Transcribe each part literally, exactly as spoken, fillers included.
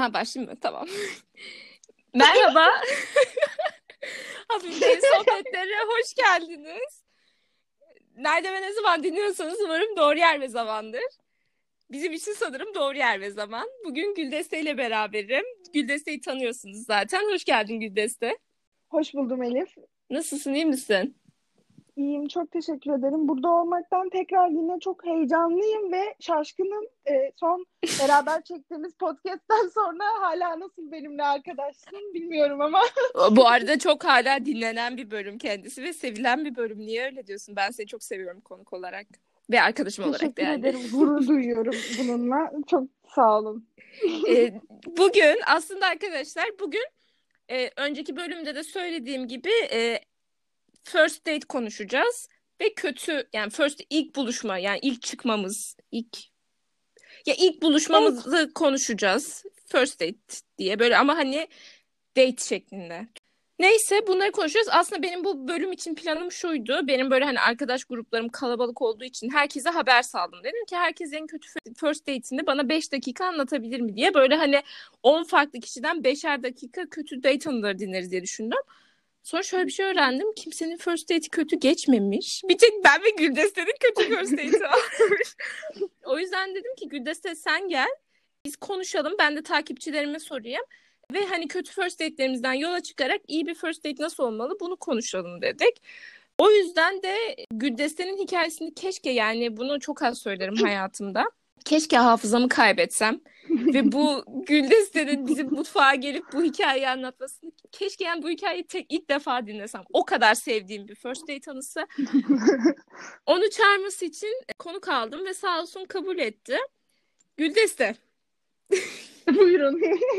Ha, başlayayım mı? Tamam. Merhaba. Hafif Deniz Sohbetlere hoş geldiniz. Nerede ve ne zaman dinliyorsanız umarım doğru yer ve zamandır. Bizim için sanırım doğru yer ve zaman. Bugün Güldeste ile beraberim. Güldeste'yi tanıyorsunuz zaten. Hoş geldin Güldeste. Hoş buldum Elif. Nasılsın, iyi misin? İyiyim, çok teşekkür ederim. Burada olmaktan tekrar yine çok heyecanlıyım ve şaşkınım. Ee, son beraber çektiğimiz podcast'ten sonra hala nasıl benimle arkadaşsın bilmiyorum ama. Bu arada çok hala dinlenen bir bölüm kendisi ve sevilen bir bölüm. Niye öyle diyorsun? Ben seni çok seviyorum konuk olarak ve arkadaşım olarak da Teşekkür yani. ederim, gurur duyuyorum bununla. Çok sağ olun. Ee, bugün aslında arkadaşlar bugün e, önceki bölümde de söylediğim gibi e, first date konuşacağız ve kötü yani first ilk buluşma yani ilk çıkmamız ilk ya ilk buluşmamızı konuşacağız first date diye böyle ama hani date şeklinde. Neyse bunları konuşuyoruz. Aslında benim bu bölüm için planım şuydu. Benim böyle hani arkadaş gruplarım kalabalık olduğu için herkese haber saldım. Dedim ki herkes en kötü first date'ini bana beş dakika anlatabilir mi diye. Böyle hani on farklı kişiden beşer dakika kötü date anıları dinleriz diye düşündüm. Sonra şöyle bir şey öğrendim. Kimsenin first date'i kötü geçmemiş. Bir tek ben ve Güldeste'nin kötü first date'i varmış. O yüzden dedim ki Güldeste sen gel. Biz konuşalım. Ben de takipçilerime sorayım. Ve hani kötü first date'lerimizden yola çıkarak iyi bir first date nasıl olmalı bunu konuşalım dedik. O yüzden de Güldeste'nin hikayesini keşke yani bunu çok az söylerim hayatımda. Keşke hafızamı kaybetsem ve bu Güldeste'nin bizim mutfağa gelip bu hikayeyi anlatmasını keşke yani bu hikayeyi tek ilk defa dinlesem. O kadar sevdiğim bir first date anısı. Onu çağırması için konuk aldım ve sağ olsun kabul etti. Güldeste. Buyurun.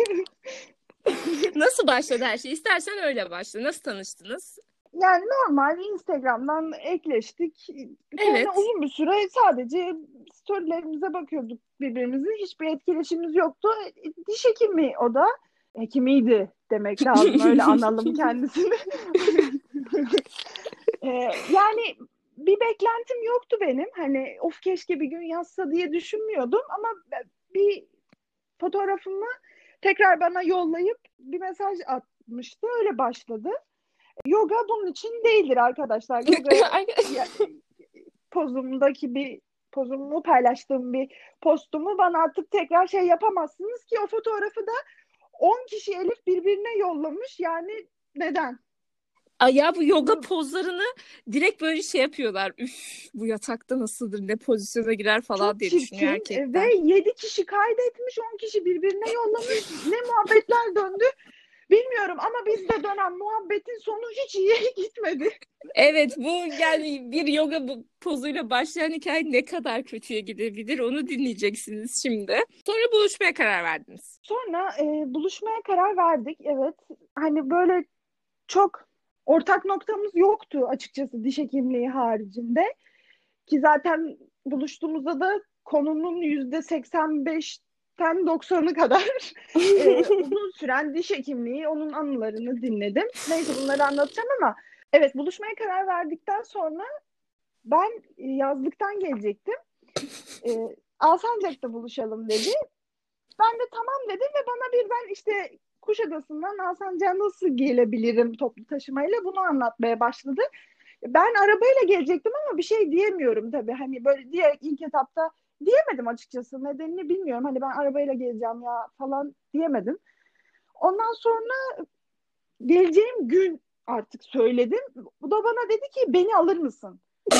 Nasıl başladı her şey? İstersen öyle başla. Nasıl tanıştınız? Yani normal Instagram'dan ekleştik. Sonra Evet. uzun bir süre sadece storylerimize bakıyorduk birbirimizin. Hiçbir etkileşimimiz yoktu. Diş hekimi o da. Hekimiydi demek lazım. Öyle analım kendisini. ee, yani bir beklentim yoktu benim. Hani of keşke bir gün yazsa diye düşünmüyordum. Ama bir fotoğrafımı tekrar bana yollayıp bir mesaj atmıştı. Öyle başladı. Yoga bunun için değildir arkadaşlar. Yoga pozumdaki bir pozumu paylaştığım bir postumu bana atıp tekrar şey yapamazsınız ki o fotoğrafı da on kişi Elif birbirine yollamış. Yani neden? Ay ya bu yoga pozlarını direkt böyle şey yapıyorlar. Üf bu yatakta nasıldır ne pozisyona girer falan Çok diye düşünüyor çirkin erkekler. ve yedi kişi kaydetmiş, on kişi birbirine yollamış. Ne muhabbetler döndü bilmiyorum ama bizde dönen muhabbetin sonu hiç iyi gitmedi. Evet bu yani bir yoga pozuyla başlayan hikaye ne kadar kötüye gidebilir onu dinleyeceksiniz şimdi. Sonra buluşmaya karar verdiniz. Sonra e, buluşmaya karar verdik. Evet. Hani böyle çok ortak noktamız yoktu açıkçası diş hekimliği haricinde. Ki zaten buluştuğumuzda da konunun yüzde seksen beşten doksanı kadar e, uzun süren diş hekimliği, onun anılarını dinledim. Neyse bunları anlatacağım ama evet buluşmaya karar verdikten sonra ben yazlıktan gelecektim. E, Alsancak'ta buluşalım dedi. Ben de tamam dedim ve bana birden işte Kuşadası'ndan Alsancak'a nasıl gelebilirim toplu taşımayla bunu anlatmaya başladı. Ben arabayla gelecektim ama bir şey diyemiyorum tabii. Hani böyle diğer ilk etapta diyemedim açıkçası. Nedenini bilmiyorum. Hani ben arabayla geleceğim ya falan diyemedim. Ondan sonra geleceğim gün artık söyledim. Bu da bana dedi ki beni alır mısın?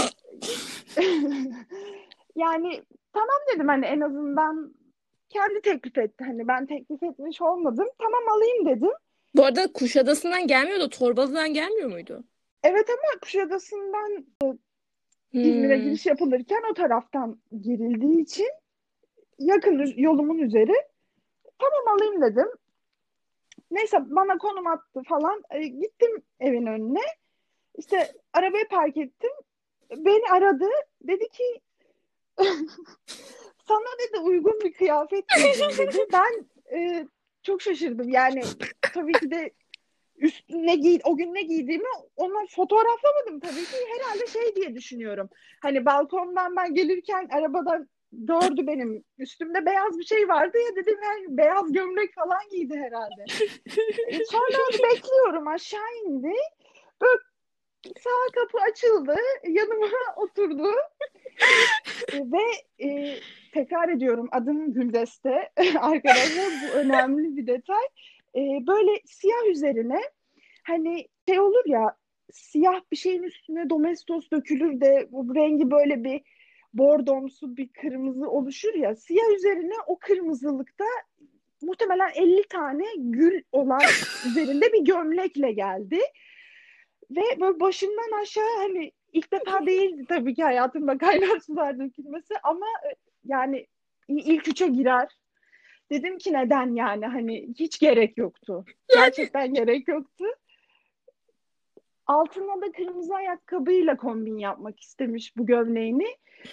Yani tamam dedim hani en azından kendi teklif etti. Hani ben teklif etmiş olmadım. Tamam alayım dedim. Bu arada Kuşadası'ndan gelmiyor da Torbalı'dan gelmiyor muydu? Evet ama Kuşadası'ndan İzmir'e Hmm. giriş yapılırken o taraftan girildiği için yakın yolumun üzeri. Tamam alayım dedim. Neyse bana konum attı falan. E, gittim evin önüne. İşte arabayı park ettim. Beni aradı. Dedi ki sana dedi uygun bir kıyafet giydim dedi. Ben e, çok şaşırdım. Yani tabii ki de üstüne giy o gün ne giydiğimi onu fotoğraflamadım tabii ki. Herhalde şey diye düşünüyorum. Hani balkondan ben gelirken arabadan gördü benim üstümde beyaz bir şey vardı ya, dedim yani beyaz gömlek falan giydi herhalde. E, sonra bekliyorum, aşağı indi. Böyle sağ kapı açıldı. Yanıma oturdu. E, ve e, tekrar ediyorum, adım Güldeste. Arkadaşlar, bu önemli bir detay. E, böyle siyah üzerine, hani şey olur ya, siyah bir şeyin üstüne domestos dökülür de bu rengi böyle bir bordomsu bir kırmızı oluşur ya. Siyah üzerine o kırmızılıkta muhtemelen elli tane gül olan üzerinde bir gömlekle geldi. Ve böyle başımdan aşağı, hani ilk defa değildi tabii ki hayatımda kaynar sular dökülmesi, ama e, yani ilk üçe girer. Dedim ki neden, yani hani hiç gerek yoktu. Yani Gerçekten gerek yoktu. Altına da kırmızı ayakkabıyla kombin yapmak istemiş bu gömleğini.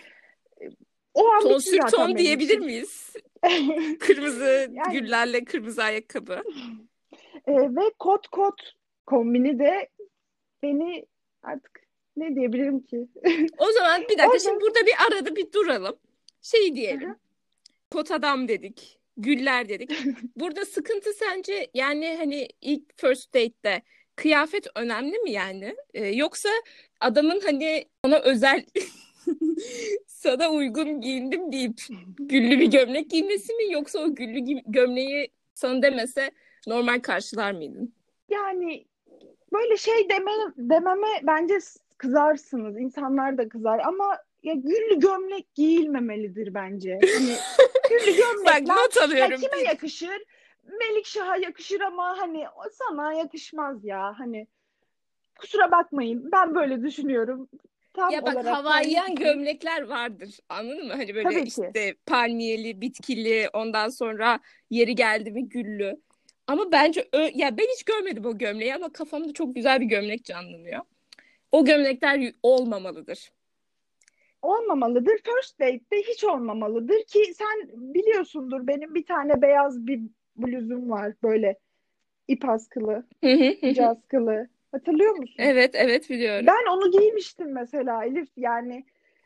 O an ton bitti sür zaten ton benim diyebilir için. miyiz? Kırmızı Yani güllerle kırmızı ayakkabı. e, ve kot kot kombini de beni artık ne diyebilirim ki? O zaman bir dakika, şimdi Orada. burada bir arada bir duralım. Şey diyelim. Kot adam dedik. Güller dedik. Burada sıkıntı sence yani hani ilk first date'te kıyafet önemli mi yani? Ee, yoksa adamın hani ona özel sana uygun giyindim deyip güllü bir gömlek giymesi mi, yoksa o güllü gi- gömleği sana demese normal karşılar mıydın? Yani böyle şey deme, dememe bence kızarsınız. İnsanlar da kızar, ama ya güllü gömlek giyilmemelidir bence. Hani güllü Bak, gömlekler not ya alıyorum. kime yakışır? Melikşah'a yakışır ama hani o sana yakışmaz ya. Hani kusura bakmayın, ben böyle düşünüyorum. Tam Ya bak, olarak kendi Hawaiian fikrim. gömlekler vardır. Anladın mı? Hani böyle Tabii ki. işte palmiyeli, bitkili, ondan sonra yeri geldi mi güllü. Ama bence ö- ya ben hiç görmedim o gömleği ama kafamda çok güzel bir gömlek canlanıyor. O gömlekler y- olmamalıdır. Olmamalıdır. First date'de hiç olmamalıdır ki sen biliyorsundur, benim bir tane beyaz bir bluzum var, böyle ip askılı, Hı hı hı ince hı. askılı. Hatırlıyor musun? Evet, evet, biliyorum. Ben onu giymiştim mesela Elif. Yani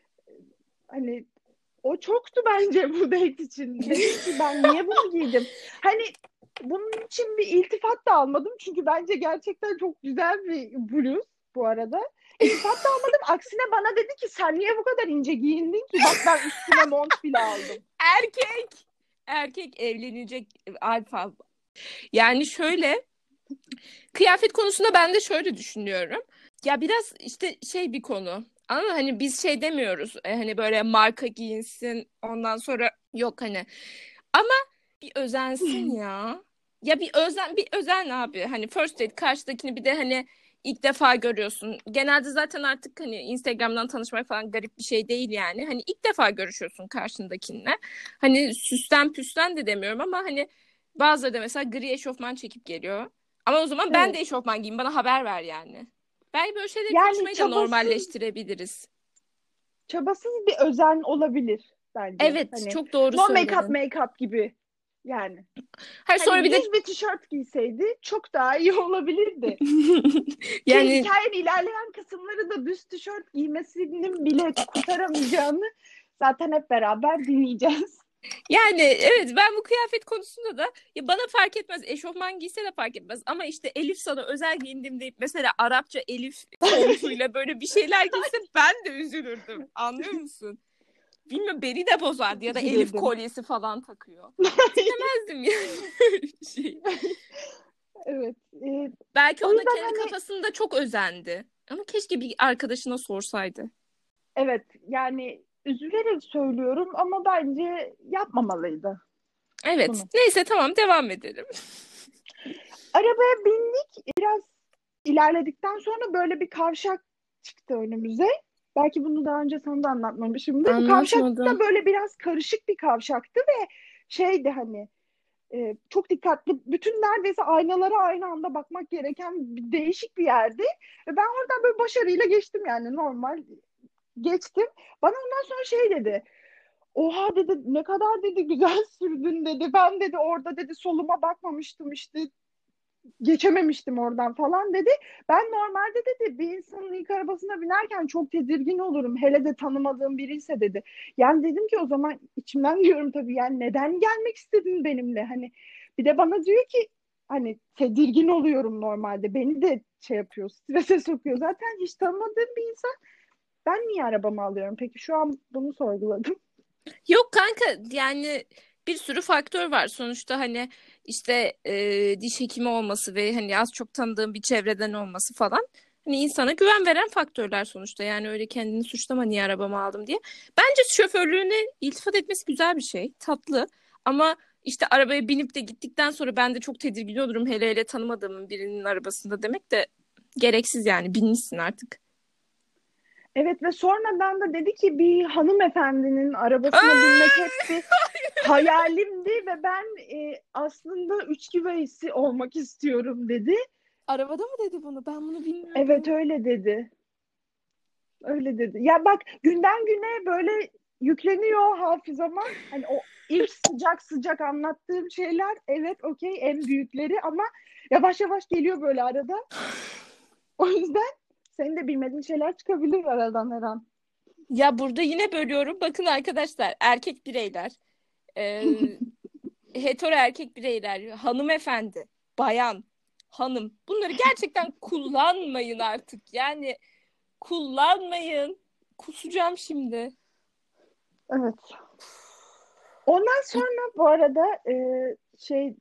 hani o çoktu bence bu date için. Dedim ki ben niye bunu giydim? Hani bunun için bir iltifat da almadım. Çünkü bence gerçekten çok güzel bir bluz bu arada. İltifat da almadım. Aksine bana dedi ki sen niye bu kadar ince giyindin ki? Bak ben üstüne mont bile aldım. Erkek. Erkek evlenecek alfa. Yani şöyle, kıyafet konusunda ben de şöyle düşünüyorum. Ya biraz işte şey bir konu. Ama hani biz şey demiyoruz. e, Hani böyle marka giyinsin. Ondan sonra yok hani. Ama bir özensin ya. Ya bir özen, bir özen abi. Hani first date karşıdakini bir de hani ilk defa görüyorsun. Genelde zaten artık hani Instagram'dan tanışmak falan garip bir şey değil yani. Hani ilk defa görüşüyorsun karşındakinle. Hani süsten püsten de demiyorum ama hani bazıları da mesela gri eşofman çekip geliyor. Ama o zaman ben Evet. de eşofman giyeyim, bana haber ver yani. Belki böyle şeyleri Yani konuşmayı da çabasız normalleştirebiliriz. çabasız bir özen olabilir bence. Evet, Hani çok doğru no make-up söyledin. make-up gibi yani. Hayır, sonra Hani bir de düz bir tişört giyseydi çok daha iyi olabilirdi. Ki yani hikayenin ilerleyen kısımları da düz tişört giymesinin bile kurtaramayacağını zaten hep beraber dinleyeceğiz. yani evet, ben bu kıyafet konusunda da ya bana fark etmez, eşofman giyse de fark etmez ama işte Elif sana özel giyindim deyip mesela Arapça Elif fontuyla böyle bir şeyler giyse ben de üzülürdüm, anlıyor musun? Bilmiyorum, beni de bozardı Çok ya da Elif üzülürdüm. kolyesi falan takıyor. İstemezdim yani böyle bir şey. Evet. Ee, Belki o o da yüzden kendi hani kafasında çok özendi. Ama keşke bir arkadaşına sorsaydı. evet, yani üzülerek söylüyorum ama bence yapmamalıydı Evet. bunu. Neyse, tamam, devam edelim. Arabaya bindik. Biraz ilerledikten sonra böyle bir kavşak çıktı önümüze. Belki bunu daha önce sana da anlatmamışımdır. Bu kavşak da Anlatmadım. böyle biraz karışık bir kavşaktı ve şeydi hani e, çok dikkatli, bütün neredeyse aynalara aynı anda bakmak gereken bir, değişik bir yerdi. Ve ben oradan böyle başarıyla geçtim, yani normal geçtim. Bana ondan sonra şey dedi. Oha dedi, ne kadar dedi güzel sürdün dedi. Ben dedi orada dedi soluma bakmamıştım işte. geçememiştim oradan falan dedi. Ben normalde dedi bir insanın ilk arabasına binerken çok tedirgin olurum. Hele de tanımadığım biri ise dedi. Yani dedim ki o zaman içimden diyorum tabii yani neden gelmek istedin benimle? Hani bir de bana diyor ki hani tedirgin oluyorum normalde. Beni de şey yapıyor, strese sokuyor. Zaten hiç tanımadığım bir insan ben niye arabamı alıyorum? Peki şu an bunu sorguladım. Yok kanka, yani bir sürü faktör var. Sonuçta hani işte e, diş hekimi olması ve hani az çok tanıdığım bir çevreden olması falan. Hani insana güven veren faktörler sonuçta. Yani öyle kendini suçlama niye arabamı aldım diye. Bence şoförlüğüne iltifat etmesi güzel bir şey. Tatlı. Ama işte arabaya binip de gittikten sonra ben de çok tedirgin olurum. Hele hele tanımadığım birinin arabasında demek de gereksiz yani. Binmişsin artık. Evet ve sonradan da dedi ki bir hanımefendinin arabasına binmek hep bir hayalimdi ve ben e, aslında üç güveysi olmak istiyorum dedi. Arabada mı dedi bunu? Ben bunu Evet bilmiyordum. öyle dedi. Öyle dedi. Ya bak günden güne böyle yükleniyor hafızama. Hani o ilk sıcak sıcak anlattığım şeyler evet okey en büyükleri ama yavaş yavaş geliyor böyle arada. O yüzden senin de bilmediğin şeyler çıkabilir aradan her an. Ya burada yine bölüyorum. Bakın arkadaşlar, erkek bireyler, e, hetero erkek bireyler, hanımefendi, bayan, hanım. Bunları gerçekten kullanmayın artık. Yani kullanmayın. Kusacağım şimdi. Evet. Ondan sonra bu arada e, şey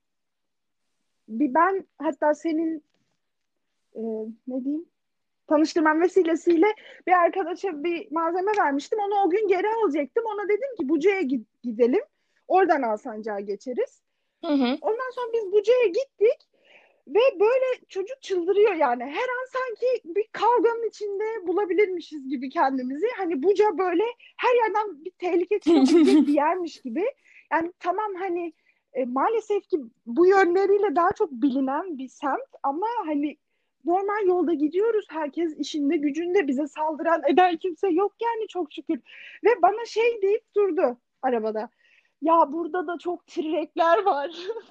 bir ben hatta senin e, ne diyeyim tanıştırmam vesilesiyle bir arkadaşa bir malzeme vermiştim. Onu o gün geri alacaktım. Ona dedim ki Buca'ya gidelim. Oradan Alsancak'a geçeriz. Hı hı. Ondan sonra biz Buca'ya gittik ve böyle çocuk çıldırıyor yani. Her an sanki bir kavganın içinde bulabilirmişiz gibi kendimizi. Hani Buca böyle her yerden bir tehlike çıkabilecek bir yermiş gibi. Yani tamam hani e, maalesef ki bu yönleriyle daha çok bilinen bir semt ama hani normal yolda gidiyoruz. Herkes işinde gücünde bize saldıran eden kimse yok yani çok şükür. Ve bana şey deyip durdu arabada. Ya burada da çok tirekler var.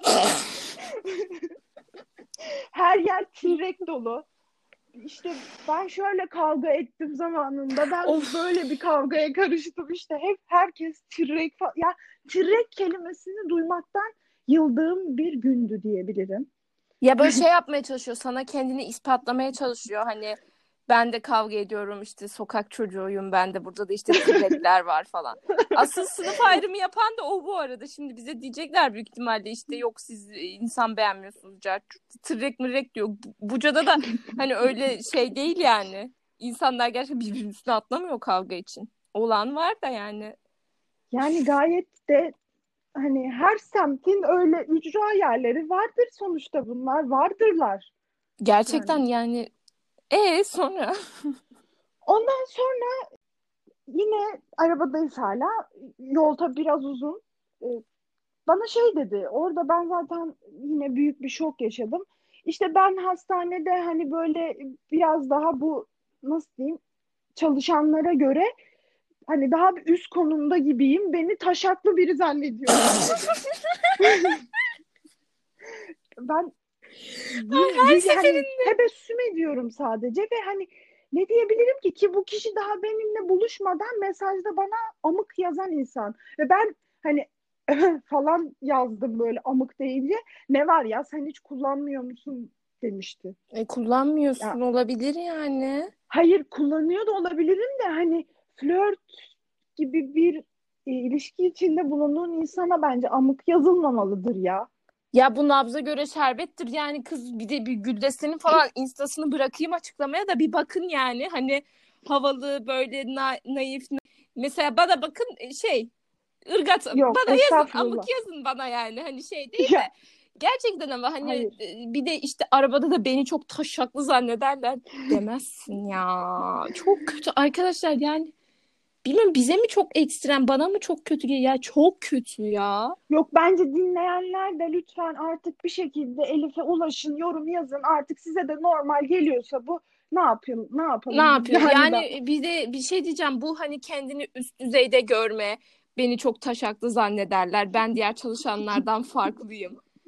Her yer tirek dolu. İşte ben şöyle kavga ettim zamanında. Ben Of. böyle bir kavgaya karıştım. İşte hep herkes tirek falan. Ya tirek kelimesini duymaktan yıldığım bir gündü diyebilirim. Ya böyle şey yapmaya çalışıyor. Sana kendini ispatlamaya çalışıyor. Hani ben de kavga ediyorum, işte sokak çocuğuyum ben de, burada da işte tırrekler var falan. Asıl sınıf ayrımı yapan da o bu arada. Şimdi bize diyecekler büyük ihtimalle işte yok siz insan beğenmiyorsunuz. Cart- Tırrek mırrek diyor. Bu- Buca'da da hani öyle şey değil yani. İnsanlar gerçekten birbirinin üstüne atlamıyor kavga için. Olan var da yani. Yani gayet de hani her semtin öyle ücra yerleri vardır sonuçta bunlar vardırlar Gerçekten yani. yani. E sonra? Ondan sonra yine arabadayız hala. Yol tabii biraz uzun. Ee, Bana şey dedi. Orada ben zaten yine büyük bir şok yaşadım. İşte ben hastanede hani böyle biraz daha bu nasıl diyeyim çalışanlara göre hani daha bir üst konumda gibiyim. Beni taşaklı biri zannediyorlar dedi. Ben Her gül, hani seferinde. tebessüm ediyorum sadece ve hani ne diyebilirim ki ki bu kişi daha benimle buluşmadan mesajda bana amık yazan insan ve ben hani falan yazdım böyle amık deyince ne var ya sen hiç kullanmıyor musun demişti. E, Ya kullanmıyorsun, olabilir yani. hayır kullanıyor da olabilirim de hani flört gibi bir e, ilişki içinde bulunduğun insana bence amık yazılmamalıdır ya. Ya bu nabza göre şerbettir yani, kız bir de bir Güldeste'nin falan instasını bırakayım açıklamaya da bir bakın yani. Hani havalı böyle na- naif. Mesela bana bakın, e, şey, ırgat Yok bana yazın, amık estağfurullah. yazın bana yani, hani şey değil de Ya gerçekten. Ama hani hayır. e, bir de işte arabada da beni çok taşaklı zannederler demezsin ya, çok kötü arkadaşlar yani. Bilmiyorum, bize mi çok ekstrem, bana mı çok kötü geliyor ya, çok kötü ya. Yok bence dinleyenler de lütfen artık bir şekilde Elif'e ulaşın, yorum yazın. Artık size de normal geliyorsa bu ne yapayım, ne Ne yapalım biz yapıyor? yani da. Yani bir de bir şey diyeceğim. Bu hani kendini üst düzeyde görme. Beni çok taşaklı zannederler. Ben diğer çalışanlardan farklıyım.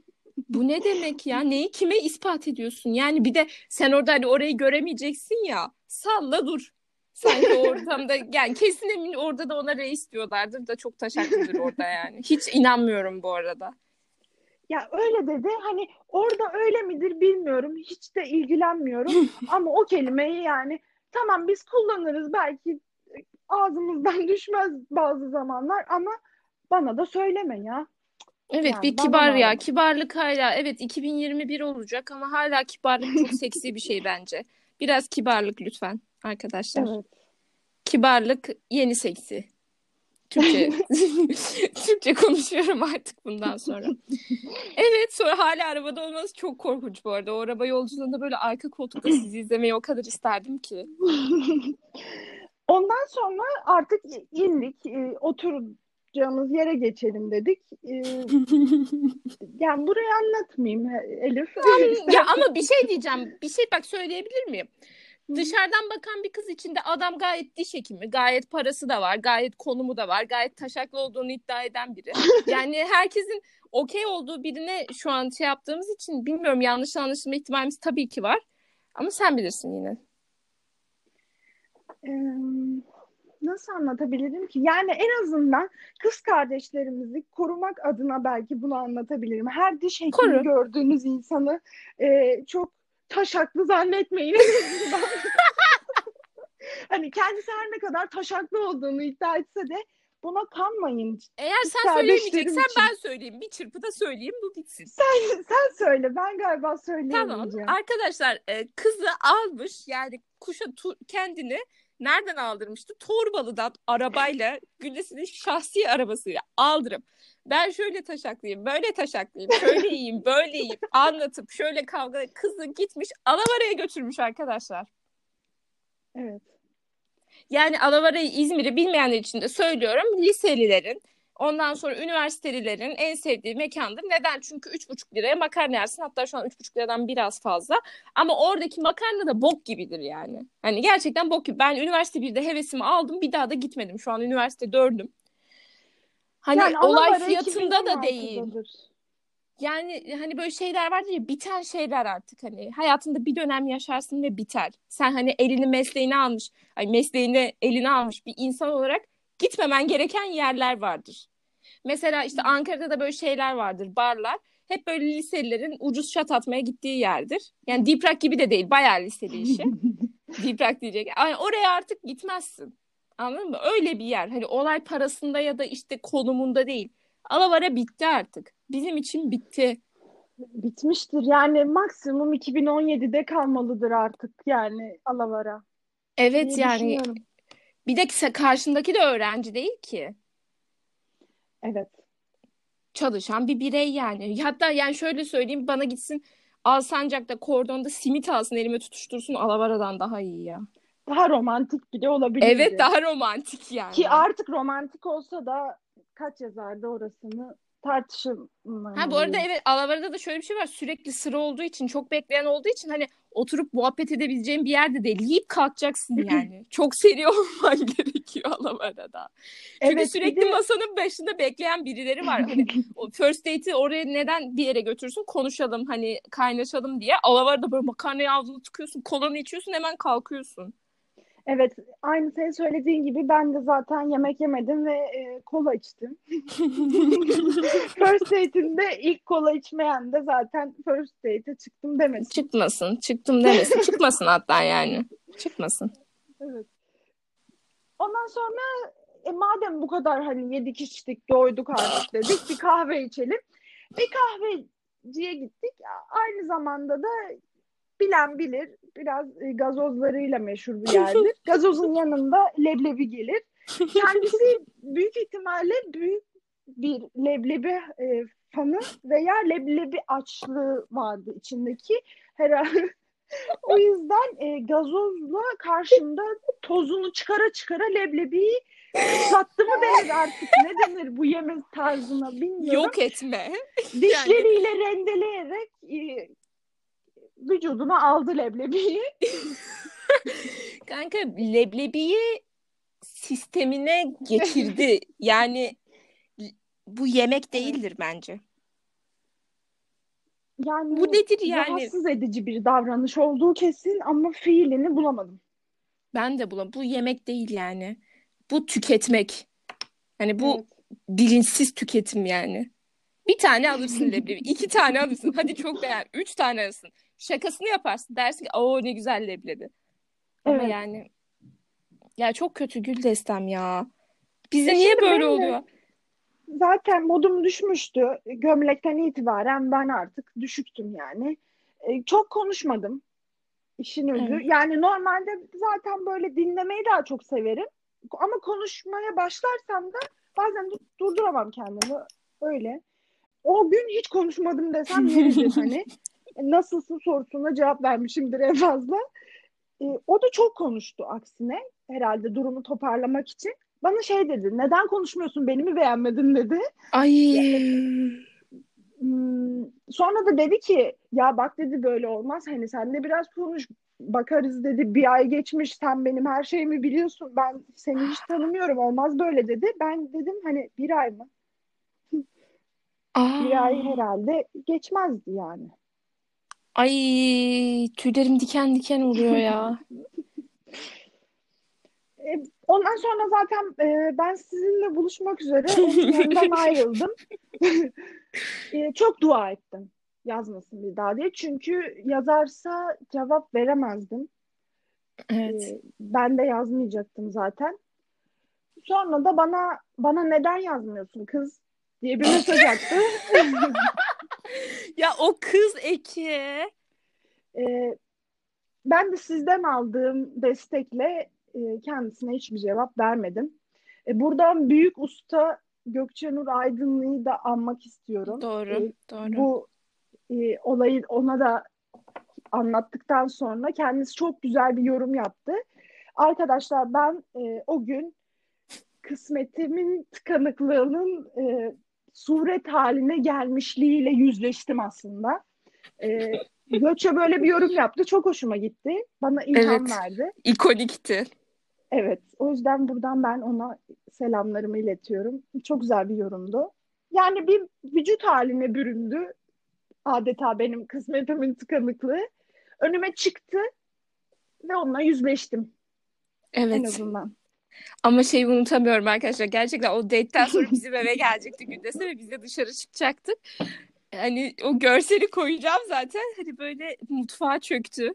Bu ne demek ya? Neyi kime ispat ediyorsun? Yani bir de sen orada hani orayı göremeyeceksin ya. Salla dur. Sanki o ortamda yani kesin emin orada da ona reis diyorlardır da çok taşaklıdır orada yani. Hiç inanmıyorum bu arada. Ya öyle dedi. Hani orada öyle midir bilmiyorum. Hiç de ilgilenmiyorum. Ama o kelimeyi yani tamam biz kullanırız belki ağzımızdan düşmez bazı zamanlar ama bana da söyleme ya. Evet, bir Yani benden kibar ya. ağlama. Kibarlık hala evet iki bin yirmi bir olacak ama hala kibarlık çok seksi bir şey bence. Biraz kibarlık lütfen arkadaşlar. Evet. Kibarlık yeni seksi. Türkçe Türkçe konuşuyorum artık bundan sonra. Evet, sonra hala arabada olması çok korkunç bu arada. O araba yolculuğunda böyle arka koltukta sizi izlemeyi o kadar isterdim ki. Ondan sonra artık indik, e, oturacağımız yere geçelim dedik. E, yani burayı anlatmayayım Elif. Ya İstersen. ama bir şey diyeceğim. Bir şey bak söyleyebilir miyim? Hı. Dışarıdan bakan bir kız için de adam gayet diş hekimi, gayet parası da var, gayet konumu da var, gayet taşaklı olduğunu iddia eden biri. Yani herkesin okey olduğu birine şu an şey yaptığımız için bilmiyorum yanlış anlaşılma ihtimalimiz tabii ki var. Ama sen bilirsin yine. E, nasıl anlatabilirim ki? Yani en azından kız kardeşlerimizi korumak adına belki bunu anlatabilirim. Her diş hekimi Koru. gördüğünüz insanı e, çok taşaklı zannetmeyin en azından. Hani kendisi her ne kadar taşaklı olduğunu iddia etse de buna kanmayın Eğer kız sen kardeşlerim söyleyemeyeceksen için. ben söyleyeyim. Bir çırpıda söyleyeyim bu bitsin. Sen, sen söyle. Ben galiba Tamam. söyleyemeyeceğim. Arkadaşlar e, kızı almış yani kuşa tu- kendini nereden aldırmıştı? Torbalı'dan arabayla Güllesinin şahsi arabasıyla aldırıp ben şöyle taşaklıyım, böyle taşaklıyım, şöyle iyiyim, böyle iyiyim anlatıp şöyle kavga kızı gitmiş Alavara'ya götürmüş arkadaşlar. Evet. Yani Alavara'yı İzmir'i bilmeyenler için de söylüyorum. Liselilerin ondan sonra üniversitelilerin en sevdiği mekandır. Neden? Çünkü üç buçuk liraya makarna yersin. Hatta şu an üç buçuk liradan biraz fazla. Ama oradaki makarna da bok gibidir yani. Hani gerçekten bok gibi. Ben üniversite birde hevesimi aldım. Bir daha da gitmedim. Şu an üniversite dördüm. Hani Yani olay Alavara fiyatında da değil. iki bin on altıdadır. Yani hani böyle şeyler vardır ya biten şeyler artık hani hayatında bir dönem yaşarsın ve biter. Sen hani elini mesleğine almış, ay mesleğini eline almış bir insan olarak gitmemen gereken yerler vardır. Mesela işte Ankara'da da böyle şeyler vardır, barlar. Hep böyle liselilerin ucuz şat atmaya gittiği yerdir. Yani Deep Rock gibi de değil, bayağı liseli işi. Deep Rock diyecek. Yani oraya artık gitmezsin. Anladın mı? Öyle bir yer. Hani olay parasında ya da işte konumunda değil. Alavara bitti artık. Bizim için bitti. Bitmiştir. Yani maksimum iki bin on yedide kalmalıdır artık yani Alavara Evet diye yani düşünüyorum. bir de karşındaki de öğrenci değil ki. Evet. Çalışan bir birey yani. Hatta yani şöyle söyleyeyim bana gitsin Alsancak'ta kordonda simit alsın elime tutuştursun Alavara'dan daha iyi ya. Daha romantik bile Evet olabilirdi. daha romantik Ki yani. artık romantik olsa da kaç yazardı orasını Ha bu arada tartışılmamalıyız. evet Alavara'da da şöyle bir şey var. Sürekli sıra olduğu için çok bekleyen olduğu için hani oturup muhabbet edebileceğin bir yerde değil. Yiyip kalkacaksın yani. Çok seri olman gerekiyor Alavara'da. Çünkü Evet bir sürekli de masanın başında bekleyen birileri var. Hani o first date'i oraya neden bir yere götürsün? Konuşalım hani kaynaşalım diye. Alavara'da böyle makarnayı ağzına tıkıyorsun, kolanı içiyorsun hemen kalkıyorsun. evet aynı senin söylediğin gibi ben de zaten yemek yemedim ve e, kola içtim. First date'imde ilk kola içmeyen de zaten first date'e çıktım demesin. Çıkmasın, çıktım demesin. Çıkmasın hatta yani. Çıkmasın. Evet. Ondan sonra e, madem bu kadar hani yedik içtik doyduk artık dedik bir kahve içelim. Bir kahveciye gittik. Aynı zamanda da bilen bilir biraz e, gazozlarıyla meşhur bir yerdir. Gazozun yanında leblebi gelir. Kendisi büyük ihtimalle büyük bir leblebi e, fanı veya leblebi açlığı vardı içindeki. Herhalde o yüzden e, gazozla karşımda tozunu çıkara çıkara leblebiyi ıslattı mı denir artık ne denir bu yeme tarzına bilmiyorum. Yok etme. Yani Dişleriyle rendeleyerek e, vücuduna aldı leblebiyi. kanka leblebiyi sistemine geçirdi. Yani bu yemek Evet. değildir bence. Yani Bu nedir yani? rahatsız edici bir davranış olduğu kesin ama fiilini bulamadım. Ben de bulam. Bu yemek değil yani. Bu tüketmek. Hani bu Evet. bilinçsiz tüketim yani. Bir tane alırsın leblebi. iki tane alırsın. Hadi çok beğen. Üç tane alırsın. Şakasını yaparsın. Dersin ki o ne güzel leblebi. Ama Evet. yani ya çok kötü Gül Destem ya. Bize E niye şimdi böyle benim de oluyor? zaten modum düşmüştü. Gömlekten itibaren ben artık düşüktüm yani. E, çok konuşmadım, işin özü. Evet. Yani normalde zaten böyle dinlemeyi daha çok severim. Ama konuşmaya başlarsam da bazen dur- durduramam kendimi. Öyle. O gün hiç konuşmadım desem yeridir hani. E, Nasılsın sorusuna cevap vermişimdir en fazla. E, o da çok konuştu aksine. Herhalde durumu toparlamak için. Bana şey dedi. Neden konuşmuyorsun? Beni mi beğenmedin dedi. Ya, e, Ay. hmm, sonra da dedi ki ya bak dedi böyle olmaz. Hani sen de biraz konuş. Bakarız dedi. Bir ay geçmiş. Sen benim her şeyimi biliyorsun. Ben seni hiç tanımıyorum. Olmaz böyle dedi. Ben dedim hani bir ay mı? Bir ay Aa. herhalde geçmezdi yani. Ay tüylerim diken diken oluyor ya. E, ondan sonra zaten e, ben sizinle buluşmak üzere onun yanından ayrıldım. E, çok dua ettim yazmasın bir daha diye. Çünkü yazarsa cevap veremezdim. E, Evet. ben de yazmayacaktım zaten. Sonra da bana bana neden yazmıyorsun kız diye bir mesaj attı. Ya o kız Eki. E, ben de sizden aldığım destekle e, kendisine hiçbir cevap vermedim. E, buradan büyük usta Gökçenur Aydınlı'yı da anmak istiyorum. Doğru, E, doğru. bu e, olayı ona da anlattıktan sonra kendisi çok güzel bir yorum yaptı. Arkadaşlar ben e, o gün kısmetimin tıkanıklığının e, suret haline gelmişliğiyle yüzleştim aslında. E, Gökçe böyle bir yorum yaptı. Çok hoşuma gitti. Bana ilham Evet. verdi. İkonikti. Evet, o yüzden buradan ben ona selamlarımı iletiyorum. Çok güzel bir yorumdu. Yani bir vücut haline büründü adeta benim kısmetimin tıkanıklığı. Önüme çıktı ve onunla yüzleştim en Evet. azından. Ama şeyi unutamıyorum arkadaşlar. Gerçekten o date'ten sonra bizim eve gelecekti Gündes'e ve biz de dışarı çıkacaktık. Hani o görseli koyacağım zaten. Hani böyle mutfağa çöktü.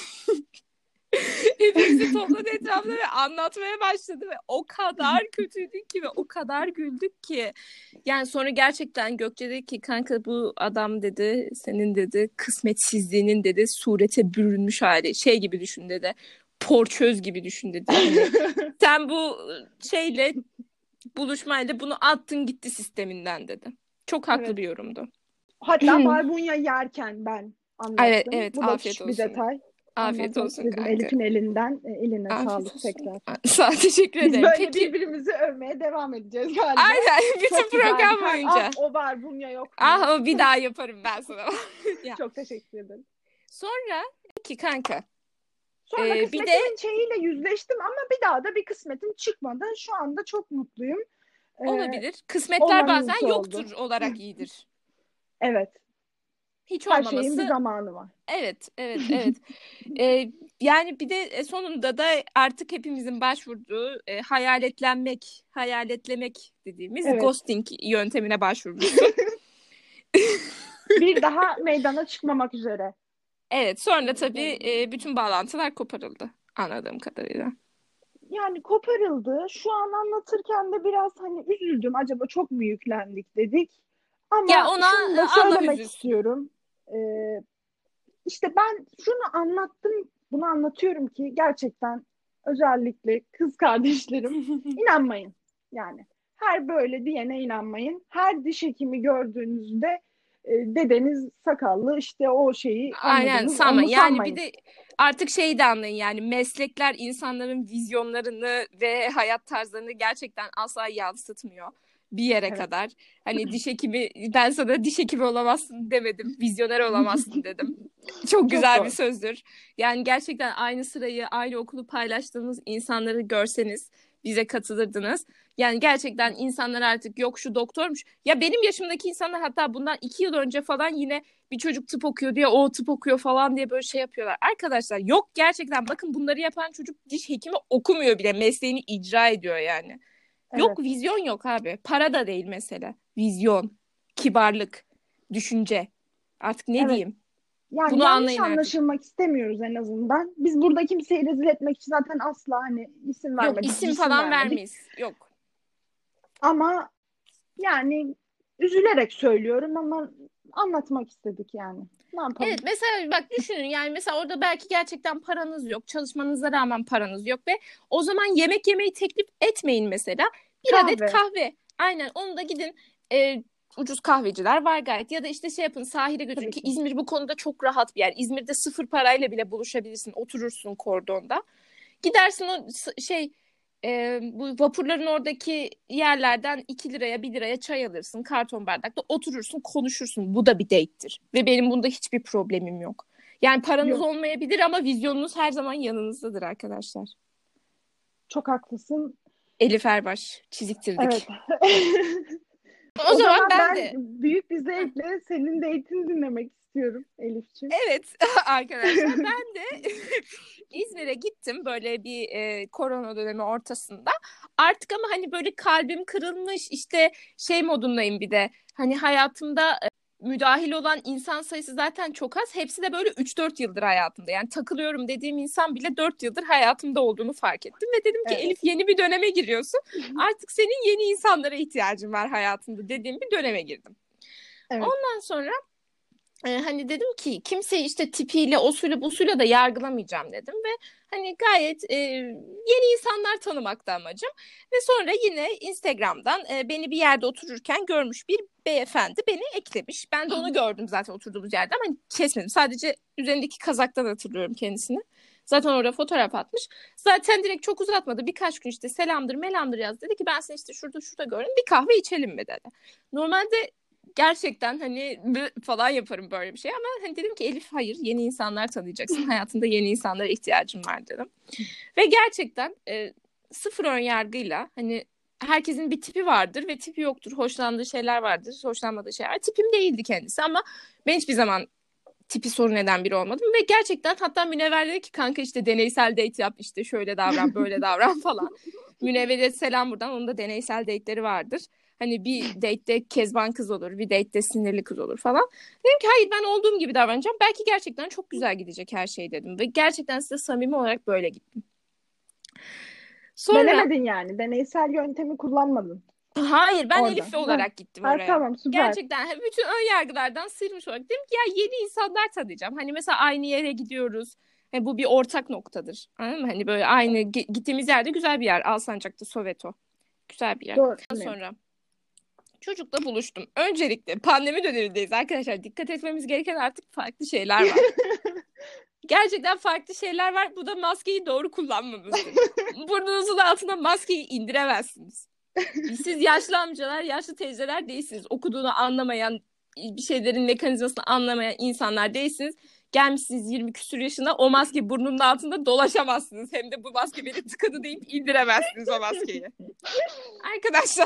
Hepimizi topladı etrafına ve anlatmaya başladı ve o kadar kötüydük ki ve o kadar güldük ki. Yani sonra gerçekten Gökçe dedi ki kanka bu adam dedi senin dedi kısmetsizliğinin dedi surete bürünmüş hali. Şey gibi düşün dedi. Porçöz gibi düşün dedi. Hani sen bu şeyle buluşmayla bunu attın gitti sisteminden dedi. Çok haklı Evet. bir yorumdu. Hatta barbunya yerken ben Evet anlattım. evet Bu da afiyet küçük bir olsun. detay. Afiyet Anlatmak olsun istedim kanka. Elif'in elinden. E, eline Afiyet sağlık olsun. tekrar. Sağ ol, teşekkür Biz ederim. böyle Peki birbirimizi övmeye devam edeceğiz galiba. aynen bütün Çok güzeldi. program Kalp, ah boyunca. o barbunya yok Ah mu? o bir daha yaparım ben sana. Ya. Çok teşekkür ederim. Sonra ki kanka Sonra e, bir de kısmetimin şeyiyle yüzleştim ama bir daha da bir kısmetim çıkmadı. Şu anda çok mutluyum. Ee, olabilir. Kısmetler olan iyi bazen ki yoktur oldu. olarak iyidir. Evet. Hiç Her şeyin bir olmaması zamanı var. evet evet evet. E, yani bir de e, sonunda da artık hepimizin başvurduğu e, hayaletlenmek, hayaletlemek dediğimiz Evet. ghosting yöntemine başvurmuşsun. Bir daha meydana çıkmamak üzere. Evet, sonra tabii e, bütün bağlantılar koparıldı anladığım kadarıyla. Yani koparıldı. Şu an anlatırken de biraz hani üzüldüm. Acaba çok mu yüklendik dedik. Ya Ama ona şunu e, da Allah söylemek üzülsün. istiyorum. Ee, işte ben şunu anlattım, bunu anlatıyorum ki gerçekten özellikle kız kardeşlerim inanmayın. Yani her böyle diyene inanmayın. Her diş hekimi gördüğünüzde e, dedeniz sakallı işte o şeyi Aynen anladınız. sanma. Onu Yani bir sanmayın. de artık şeyi de anlayın yani meslekler insanların vizyonlarını ve hayat tarzlarını gerçekten asla yansıtmıyor bir yere Evet. kadar. Hani diş hekimi ben sana diş hekimi olamazsın demedim. Vizyoner olamazsın dedim. Çok Çok güzel bir doğru. sözdür. Yani gerçekten aynı sırayı, aynı okulu paylaştığınız insanları görseniz bize katılırdınız. Yani gerçekten insanlar artık yok şu doktormuş. Ya benim yaşımdaki insanlar hatta bundan iki yıl önce falan yine bir çocuk tıp okuyor diye o tıp okuyor falan diye böyle şey yapıyorlar. Arkadaşlar yok, gerçekten bakın, bunları yapan çocuk diş hekimi okumuyor bile, mesleğini icra ediyor yani. Yok, Evet. vizyon yok abi. Para da değil mesele. Vizyon, kibarlık, düşünce. Artık ne Evet. diyeyim? Yani Bunu yanlış anlayın artık. anlaşılmak istemiyoruz en azından. Biz burada kimseyi rezil etmek için zaten asla hani isim Yok, vermedik, isim cisim falan vermedik. vermeyiz. Yok. Ama yani üzülerek söylüyorum ama anlatmak istedik yani. Ne Evet, yapalım? mesela bak düşünün, yani mesela orada belki gerçekten paranız yok. Çalışmanıza rağmen paranız yok ve o zaman yemek yemeyi teklif etmeyin mesela. Bir adet Kahve kahve. Aynen, onu da gidin, e, ucuz kahveciler var gayet. Ya da işte şey yapın, sahile götürün tabii ki ki. İzmir bu konuda çok rahat bir yer. İzmir'de sıfır parayla bile buluşabilirsin. Oturursun kordonda. Gidersin o şey, e, bu vapurların oradaki yerlerden iki liraya bir liraya çay alırsın. Karton bardakta oturursun, konuşursun. Bu da bir date'tir. Ve benim bunda hiçbir problemim yok. Yani paranız Yok. olmayabilir ama vizyonunuz her zaman yanınızdadır arkadaşlar. Çok haklısın. Elif Erbaş Evet. çiziktirdik. O O zaman zaman ben ben de büyük bir zevkle senin date'ini dinlemek istiyorum Elifçim. evet arkadaşlar, ben de İzmir'e gittim böyle bir e, korona dönemi ortasında. Artık ama hani böyle kalbim kırılmış, işte şey modundayım bir de. Hani hayatımda e, müdahil olan insan sayısı zaten çok az. Hepsi de böyle üç dört yıldır hayatımda. Yani takılıyorum dediğim insan bile dört yıldır hayatımda olduğunu fark ettim. Ve dedim ki Evet. Elif, yeni bir döneme giriyorsun. Artık senin yeni insanlara ihtiyacın var hayatında dediğim bir döneme girdim. Evet. Ondan sonra e, hani dedim ki kimseyi işte tipiyle, osuyla, busuyla da yargılamayacağım dedim ve hani gayet e, yeni insanlar tanımakta amacım. Ve sonra yine Instagram'dan e, beni bir yerde otururken görmüş bir beyefendi beni eklemiş. Ben de onu gördüm zaten oturduğumuz yerde ama hani kesmedim. Sadece üzerindeki kazaktan hatırlıyorum kendisini. Zaten orada fotoğraf atmış. Zaten direkt çok uzatmadı. Birkaç gün işte selamdır melamdır yaz. Dedi ki ben seni işte şurada şurada gördüm. Bir kahve içelim mi dedi. Normalde gerçekten hani falan yaparım böyle bir şey ama hani dedim ki Elif, hayır, yeni insanlar tanıyacaksın. Hayatında yeni insanlara ihtiyacım var dedim. Ve gerçekten e, sıfır ön yargıyla, hani herkesin bir tipi vardır ve tipi yoktur. Hoşlandığı şeyler vardır, hoşlanmadığı şeyler. Tipim değildi kendisi ama ben hiçbir zaman tipi sorun eden biri olmadım ve gerçekten, hatta Münevver dedi ki kanka işte deneysel date yap, işte şöyle davran böyle davran falan. Münevver'e selam buradan, onun da deneysel date'leri vardır. Hani bir date'de kezban kız olur, bir date'de sinirli kız olur falan. Dedim ki hayır, ben olduğum gibi davranacağım. Belki gerçekten çok güzel gidecek her şey dedim. Ve gerçekten size samimi olarak böyle gittim. Sonra Denemedin yani. Deneysel yöntemi kullanmadın hayır, ben orada. Elif Ha. olarak gittim Ha, oraya. tamam süper. Gerçekten bütün ön yargılardan sıyrılmış olarak dedim ki ya yeni insanlar tanıyacağım. Hani mesela aynı yere gidiyoruz. Hani bu bir ortak noktadır. Anladın mı? Hani böyle aynı gittiğimiz yerde güzel bir yer. Alsancak'ta Soveto. Güzel bir yer. Doğru. Ondan sonra çocukla buluştum. Öncelikle pandemi dönemindeyiz arkadaşlar. Dikkat etmemiz gereken artık farklı şeyler var. Gerçekten farklı şeyler var. Bu da maskeyi doğru kullanmanızdır. Burnunuzun altına maskeyi indiremezsiniz. Siz yaşlı amcalar, yaşlı teyzeler değilsiniz. Okuduğunu anlamayan, bir şeylerin mekanizmasını anlamayan insanlar değilsiniz. Gelmişsiniz yirmi küsur yaşına, o maske burnunun altında dolaşamazsınız. Hem de bu maske beni tıkadı deyip indiremezsiniz o maskeyi. Arkadaşlar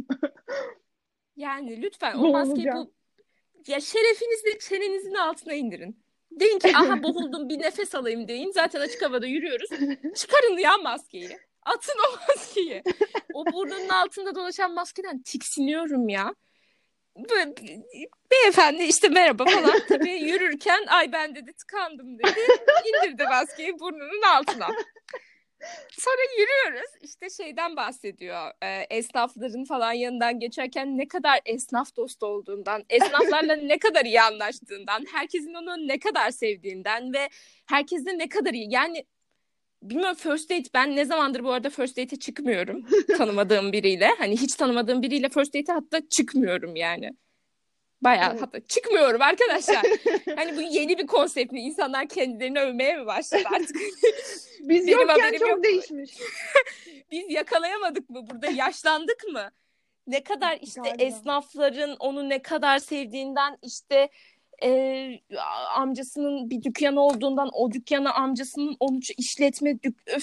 yani lütfen o maskeyi, Boğulacağım. bu ya şerefinizle çenenizin altına indirin. Deyin ki aha boğuldum, bir nefes alayım deyin. Zaten açık havada yürüyoruz. Çıkarın ya maskeyi. Atın o maskeyi. O burnunun altında dolaşan maskeden tiksiniyorum ya. Böyle, beyefendi işte merhaba falan. Tabii yürürken ay ben dedi tıkandım dedi. İndirdi maskeyi burnunun altına. Sonra yürüyoruz. İşte şeyden bahsediyor. E, esnafların falan yanından geçerken ne kadar esnaf dostu olduğundan, esnaflarla ne kadar iyi anlaştığından, herkesin onu ne kadar sevdiğinden ve herkesle ne kadar iyi. Yani bilmiyorum, first date, ben ne zamandır bu arada first date'e çıkmıyorum tanımadığım biriyle. Hani hiç tanımadığım biriyle first date'e hatta çıkmıyorum yani. Bayağı Evet. hatta çıkmıyorum arkadaşlar. Hani bu yeni bir konsept mi? İnsanlar kendilerini övmeye mi başladı artık? Biz Benim yokken haberim çok yok mu? değişmiş Biz yakalayamadık mı? Burada yaşlandık mı? Ne kadar işte galiba. esnafların onu ne kadar sevdiğinden, işte e, amcasının bir dükkanı olduğundan, o dükkanı amcasının onu işletme dük öf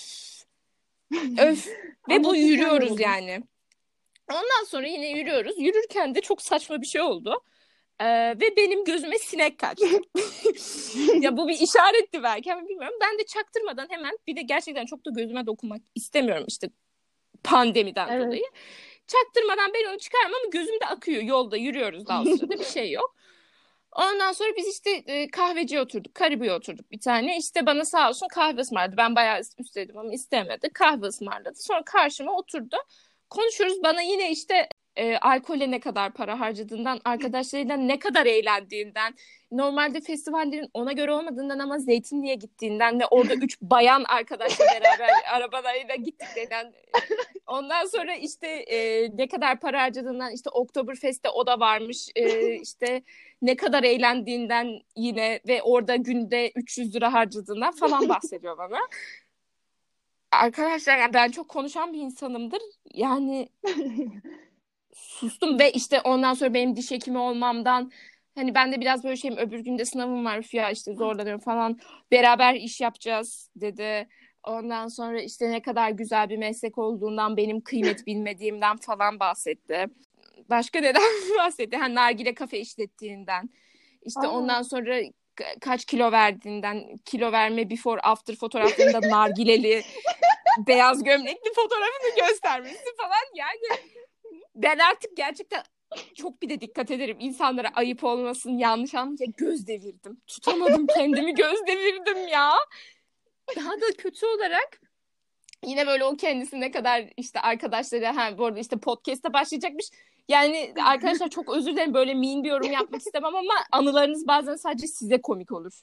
öf ve bu Anlatırken yürüyoruz yoruldum. yani. Ondan sonra yine yürüyoruz. Yürürken de çok saçma bir şey oldu. Ee, ve benim gözüme sinek kaçtı. Ya bu bir işaretti belki ama bilmiyorum. Ben de çaktırmadan hemen, bir de gerçekten çok da gözüme dokunmak istemiyorum işte pandemiden Evet. dolayı. Çaktırmadan ben onu çıkarmam ama gözümde akıyor. Yolda yürüyoruz daha o sırada, bir şey yok. Ondan sonra biz işte e, kahveciye oturduk. Karibiye oturduk bir tane. İşte bana sağ olsun kahve ısmarladı. Ben bayağı istedim ama istemedi. Kahve ısmarladı. Sonra karşıma oturdu. Konuşuyoruz. Bana yine işte e, alkole ne kadar para harcadığından, arkadaşlarıyla ne kadar eğlendiğinden, normalde festivallerin ona göre olmadığından ama Zeytinli'ye gittiğinden ve orada üç bayan arkadaşla beraber arabalarıyla gittiklerinden, ondan sonra işte e, ne kadar para harcadığından, işte Oktoberfest'te o da varmış, e, işte ne kadar eğlendiğinden yine ve orada günde üç yüz lira harcadığından falan bahsediyor bana. Arkadaşlar yani ben çok konuşan bir insanımdır. Yani sustum ve işte ondan sonra benim diş hekimi olmamdan, hani ben de biraz böyle şeyim, öbür günde sınavım var üf ya işte zorlanıyorum falan, beraber iş yapacağız dedi. Ondan sonra işte ne kadar güzel bir meslek olduğundan, benim kıymet bilmediğimden falan bahsetti. Başka neden bahsetti? Hani nargile kafe işlettiğinden. İşte Aa. ondan sonra ka- kaç kilo verdiğinden, kilo verme before after fotoğraflarında nargileli beyaz gömlekli fotoğrafını göstermesi falan. Yani ben artık gerçekten çok bir de dikkat ederim. İnsanlara ayıp olmasın, yanlış anlayınca göz devirdim. Tutamadım kendimi, göz devirdim ya. Daha da kötü olarak yine böyle o kendisi ne kadar işte arkadaşları, ha bu arada işte podcast'a başlayacakmış. Yani arkadaşlar çok özür dilerim, böyle mean bir yorum yapmak istemem ama anılarınız bazen sadece size komik olur.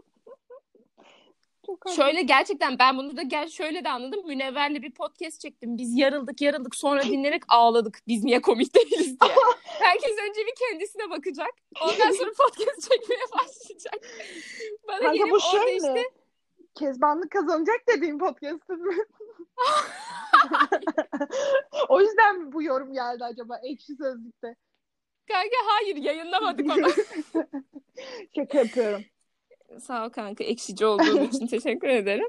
Çok Şöyle gerçekten ben bunu da gel şöyle de anladım. Münevver'le bir podcast çektim. Biz yarıldık yarıldık sonra dinlenerek ağladık. Biz niye komik değiliz diye. Herkes önce bir kendisine bakacak. Ondan sonra podcast çekmeye başlayacak. Bana Kanka gelip bu orada şey işte mi? Kezbanlık kazanacak dediğim podcast'ın mı? O yüzden mi bu yorum geldi acaba Ekşi Sözlük'te? kanka hayır, yayınlamadık onu. Şaka yapıyorum. Sağ ol kanka, ekşici olduğun için teşekkür ederim.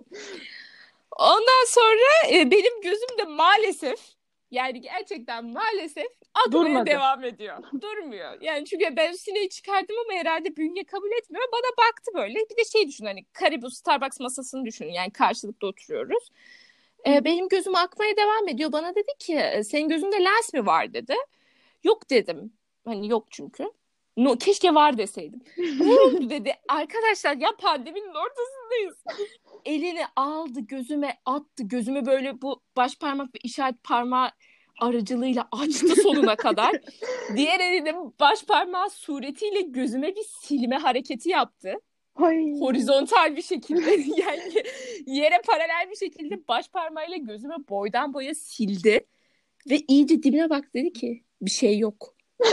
Ondan sonra e, benim gözümde maalesef, yani gerçekten maalesef akmaya Durmadı. devam ediyor. Durmuyor. Yani çünkü ben sineği çıkardım ama herhalde bünye kabul etmiyor. Bana baktı böyle. Bir de şey düşün, hani Karibu Starbucks masasını düşün. Yani karşılıklı oturuyoruz. E, benim gözüm akmaya devam ediyor. Bana dedi ki senin gözünde lens mi var dedi. Yok dedim. Hani yok çünkü. No, keşke var deseydim. Ne oldu dedi. Arkadaşlar ya pandeminin ortasındayız. Elini aldı gözüme attı. Gözümü böyle bu baş parmak ve işaret parmağı aracılığıyla açtı sonuna kadar. Diğer elinde baş parmağı suretiyle gözüme bir silme hareketi yaptı. Ay. Horizontal bir şekilde yani yere paralel bir şekilde baş parmağıyla gözüme boydan boya sildi. Ve iyice dibine bak, dedi ki bir şey yok.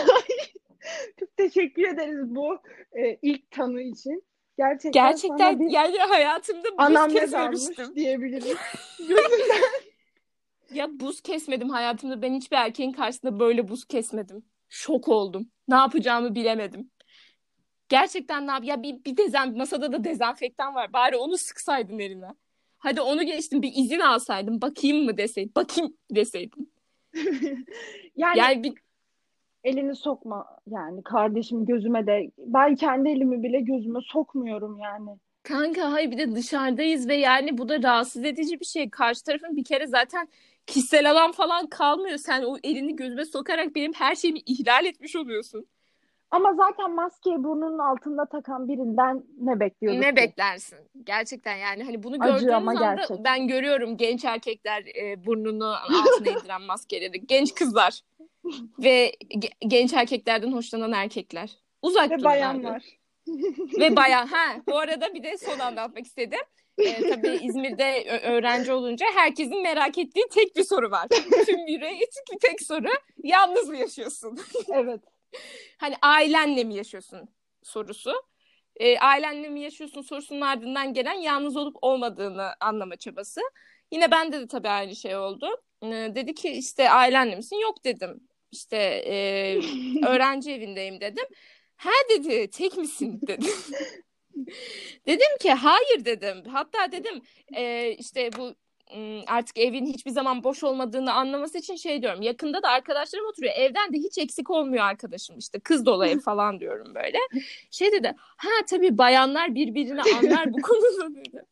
Çok teşekkür ederiz bu e, ilk tanı için. Gerçekten, Gerçekten sana bir yani hayatımda buz anam yazarmış kesmemiştim. diyebiliriz. Gözünden. Ya buz kesmedim hayatımda. Ben hiçbir erkeğin karşısında böyle buz kesmedim. Şok oldum. Ne yapacağımı bilemedim. Gerçekten ne yap? Ya bir, bir dezen masada da dezenfektan var. Bari onu sıksaydın eline. Hadi onu geçtim, bir izin alsaydım. Bakayım mı deseydin. Bakayım deseydin. Yani, Yani bir elini sokma yani kardeşim gözüme de. Ben kendi elimi bile gözüme sokmuyorum yani. kanka hayır, bir de dışarıdayız ve yani bu da rahatsız edici bir şey. Karşı tarafın bir kere zaten kişisel alan falan kalmıyor. Sen o elini gözüme sokarak benim her şeyimi ihlal etmiş oluyorsun. Ama zaten maskeyi burnunun altında takan birinden ne bekliyorduk Ne ki? beklersin? Gerçekten yani hani bunu Acı gördüğünüz ama anda gerçek. ben görüyorum genç erkekler e, burnunu altına indiren maskeleri. Genç kızlar ve ge- genç erkeklerden hoşlanan erkekler. Uzak Ve durun bayan abi. var. Ve bayağı ha bu arada bir de son anlatmak istedim. Ee, tabii İzmir'de ö- öğrenci olunca herkesin merak ettiği tek bir soru var. Tüm yüreği tek soru. Yalnız mı yaşıyorsun? Evet. Hani ailenle mi yaşıyorsun sorusu. Ee, ailenle mi yaşıyorsun sorusunun ardından gelen yalnız olup olmadığını anlama çabası. Yine bende de tabii aynı şey oldu. Ee, dedi ki işte ailenle misin? Yok dedim. İşte e, öğrenci evindeyim dedim. Ha dedi, tek misin dedi. Dedim ki hayır dedim. Hatta dedim e, işte bu artık evin hiçbir zaman boş olmadığını anlaması için şey diyorum. Yakında da arkadaşlarım oturuyor. Evden de hiç eksik olmuyor arkadaşım işte. Kız dolu ev falan diyorum böyle. Şey dedi. Ha tabii bayanlar birbirini anlar bu konuda dedi.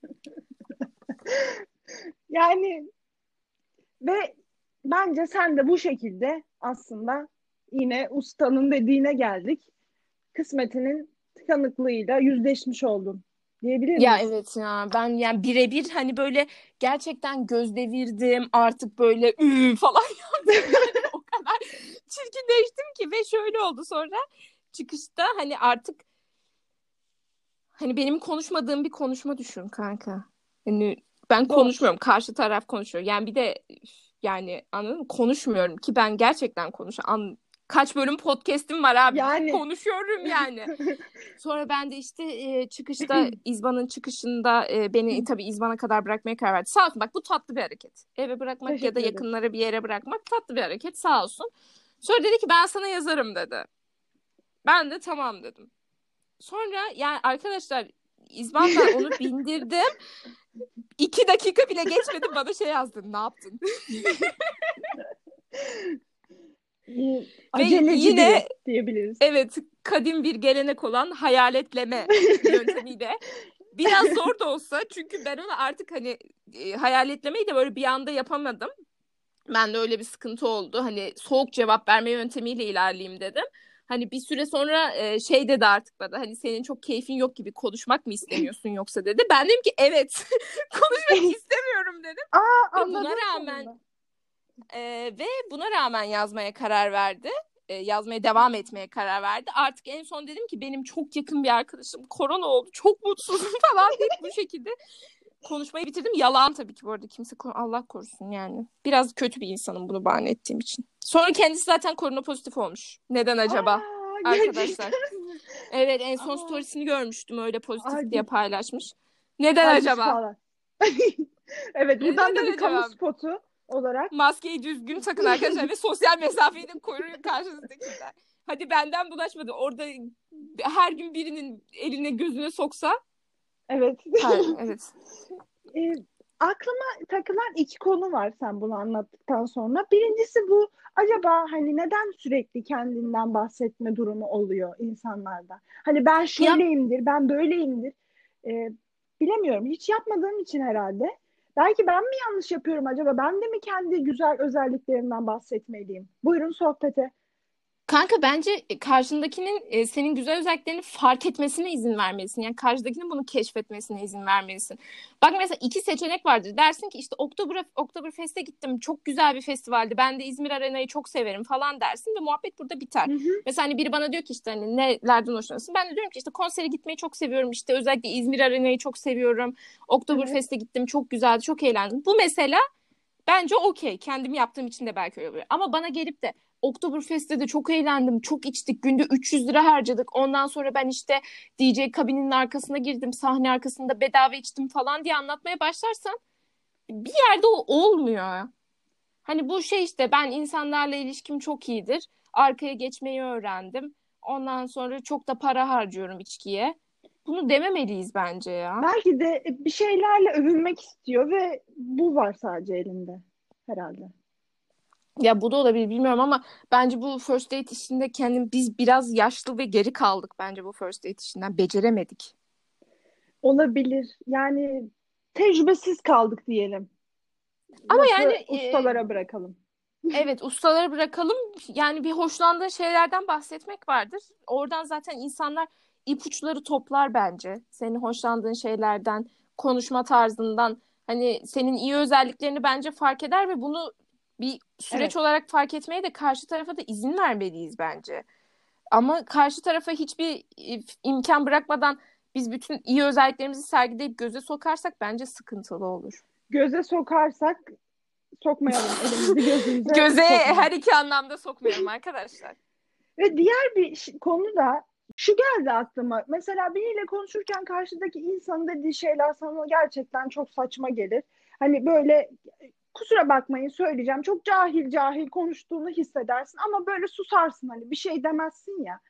Yani ve bence sen de bu şekilde aslında yine ustanın dediğine geldik. Kısmetinin tıkanıklığıyla yüzleşmiş oldun diyebilir Ya miyiz? evet ya ben yani birebir hani böyle gerçekten göz devirdim artık böyle ıı falan yaptım yani o kadar çirkinleştim ki ve şöyle oldu sonra çıkışta hani artık hani benim konuşmadığım bir konuşma düşün kanka. Hani ben Zor. konuşmuyorum karşı taraf konuşuyor yani bir de yani anladın mı konuşmuyorum ki ben gerçekten konuşuyorum. Kaç bölüm podcast'im var abi Yani konuşuyorum yani. Sonra ben de işte e, çıkışta İzban'ın çıkışında e, beni tabii İzban'a kadar bırakmaya karar verdi. Sağ olsun bak bu tatlı bir hareket. Eve bırakmak ya da teşekkür ederim. yakınlara bir yere bırakmak tatlı bir hareket sağ olsun. Sonra dedi ki ben sana yazarım dedi. Ben de tamam dedim. Sonra yani arkadaşlar İzban'dan onu bindirdim. İki dakika bile geçmedi bana şey yazdı. Ne yaptın? Ee, Ve Aceleci biri yine diyebiliriz. evet kadim bir gelenek olan hayaletleme yöntemiyle biraz zor da olsa çünkü ben onu artık hani e, hayaletlemeyi de böyle bir anda yapamadım. Ben de öyle bir sıkıntı oldu. Hani soğuk cevap verme yöntemiyle ilerleyeyim dedim. Hani bir süre sonra e, şey dedi artık bana hani senin çok keyfin yok gibi konuşmak mı istemiyorsun yoksa dedi. Ben dedim ki evet konuşmak istemiyorum dedim. Aa, Ve buna anladım rağmen sonunda. e, ve buna rağmen yazmaya karar verdi. E, yazmaya devam etmeye karar verdi. Artık en son dedim ki benim çok yakın bir arkadaşım korona oldu. Çok mutsuzum falan deyip bu şekilde konuşmayı bitirdim. Yalan tabii ki bu arada kimse Allah korusun yani. Biraz kötü bir insanım bunu bahane ettiğim için. Sonra kendisi zaten korona pozitif olmuş. Neden acaba? Aa, Arkadaşlar. gerçekten mi? Evet en son Aa, storiesini görmüştüm öyle pozitif diye acil, paylaşmış. Neden acil acaba? şifalar. Evet, E, buradan da neden bir kamu acaba? spotu olarak. Maskeyi düzgün takın arkadaşlar ve sosyal mesafeyi de koruyun karşınızdakinden. Hadi benden bulaşmadı. Orada her gün birinin eline gözüne soksa. Evet. Her, evet. E, Aklıma takılan iki konu var sen bunu anlattıktan sonra. Birincisi bu, acaba hani neden sürekli kendinden bahsetme durumu oluyor insanlarda? Hani ben Ya şöyleyimdir, ben böyleyimdir. E, Bilemiyorum. Hiç yapmadığım için herhalde. Belki ben mi yanlış yapıyorum acaba? Ben de mi kendi güzel özelliklerimden bahsetmeliyim? Buyurun sohbete. kanka bence karşındakinin e, senin güzel özelliklerini fark etmesine izin vermelisin. Yani karşıdakinin bunu keşfetmesine izin vermelisin. Bak mesela iki seçenek vardır. Dersin ki işte Oktober, Oktoberfest'e gittim. Çok güzel bir festivaldi. Ben de İzmir Arena'yı çok severim falan dersin ve muhabbet burada biter. Hı hı, Mesela hani biri bana diyor ki işte hani nelerden hoşlanırsın? Ben de diyorum ki işte konsere gitmeyi çok seviyorum. İşte özellikle İzmir Arena'yı çok seviyorum. evet. Oktoberfest'e gittim. Çok güzeldi. Çok eğlendim. Bu mesela bence okey. Kendim yaptığım için de belki öyle oluyor. Ama bana gelip de Oktoberfest'te de çok eğlendim. Çok içtik. Günde üç yüz lira harcadık. Ondan sonra ben işte D J kabininin arkasına girdim. Sahne arkasında bedava içtim falan diye anlatmaya başlarsan bir yerde o olmuyor. Hani bu şey işte ben insanlarla ilişkim çok iyidir. Arkaya geçmeyi öğrendim. Ondan sonra çok da para harcıyorum içkiye. Bunu dememeliyiz bence ya. Belki de bir şeylerle övünmek istiyor ve bu var sadece elinde herhalde. Ya bu da olabilir bilmiyorum ama bence bu first date işinde kendim biz biraz yaşlı ve geri kaldık bence bu first date işinden. Beceremedik. Olabilir. Yani tecrübesiz kaldık diyelim. Ama yani Lafı e, ustalara bırakalım. evet ustalara bırakalım. Yani bir hoşlandığı şeylerden bahsetmek vardır. Oradan zaten insanlar ipuçları toplar bence. Senin hoşlandığın şeylerden, konuşma tarzından. Hani senin iyi özelliklerini bence fark eder ve bunu bir süreç Evet. olarak fark etmeye de karşı tarafa da izin vermeliyiz bence. Ama karşı tarafa hiçbir e, imkan bırakmadan biz bütün iyi özelliklerimizi sergileyip göze sokarsak bence sıkıntılı olur. Göze sokarsak sokmayalım. Elimizi gözümüze Göze her sokmayalım. iki anlamda sokmayalım arkadaşlar. Ve diğer bir ş- konu da şu geldi aklıma. Mesela biriyle konuşurken karşıdaki insanın dediği şeyler sana gerçekten çok saçma gelir. Hani böyle, kusura bakmayın söyleyeceğim, çok cahil cahil konuştuğunu hissedersin ama böyle susarsın, hani bir şey demezsin ya.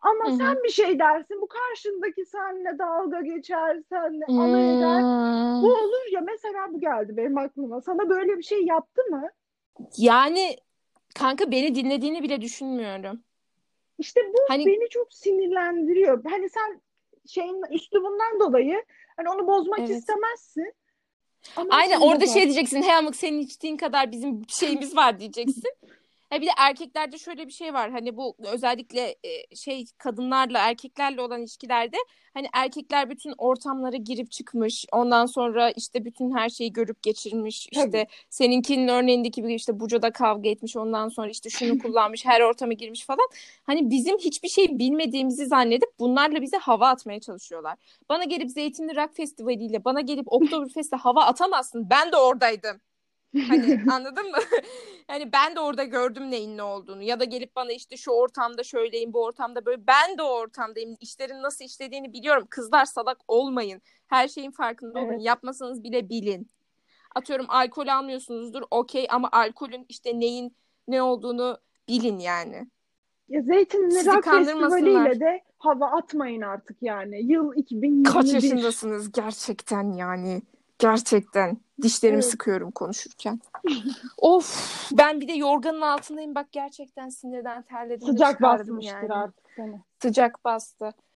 Ama Hı hı. sen bir şey dersin, bu karşındaki seninle dalga geçer, seninle alay eder. Bu Hmm, olur ya, mesela bu geldi benim aklıma. Sana böyle bir şey yaptı mı? yani kanka beni dinlediğini bile düşünmüyorum. İşte bu Hani beni çok sinirlendiriyor. Hani sen şeyin üslubundan dolayı hani onu bozmak evet. istemezsin ama Aynen seni orada şey bozar. diyeceksin. Hey amık senin içtiğin kadar bizim şeyimiz var diyeceksin. Ha bir de erkeklerde şöyle bir şey var. Hani bu özellikle e, şey kadınlarla erkeklerle olan ilişkilerde hani erkekler bütün ortamlara girip çıkmış. Ondan sonra işte bütün her şeyi görüp geçirmiş. Tabii. İşte seninkinin örneğindeki gibi işte Buca'da kavga etmiş. Ondan sonra işte şunu kullanmış. Her ortama girmiş falan. Hani bizim hiçbir şey bilmediğimizi zannedip bunlarla bize hava atmaya çalışıyorlar. Bana gelip Zeytinli Rock Festivali ile bana gelip Oktoberfest'te hava atamazsın. Ben de oradaydım. Hani anladın mı? Hani ben de orada gördüm neyin ne olduğunu. Ya da gelip bana işte şu ortamda şöyleyim, bu ortamda böyle. Ben de o ortamdayım. İşlerin nasıl işlediğini biliyorum. Kızlar salak olmayın. Her şeyin farkında olun. Evet. Yapmasanız bile bilin. Atıyorum alkol almıyorsunuzdur. Okey ama alkolün işte neyin ne olduğunu bilin yani. Ya Zeytinli Sizi Rock Festivali kandırmasınlar. ile de hava atmayın artık yani. Yıl Kaç iki bin yirmi bir. yaşındasınız gerçekten yani. Gerçekten. Dişlerimi Evet. sıkıyorum konuşurken. Of ben bir de yorganın altındayım bak gerçekten sinirden terledim Sıcak hıçkırdım basmıştır yani. artık seni. Sıcak bastı.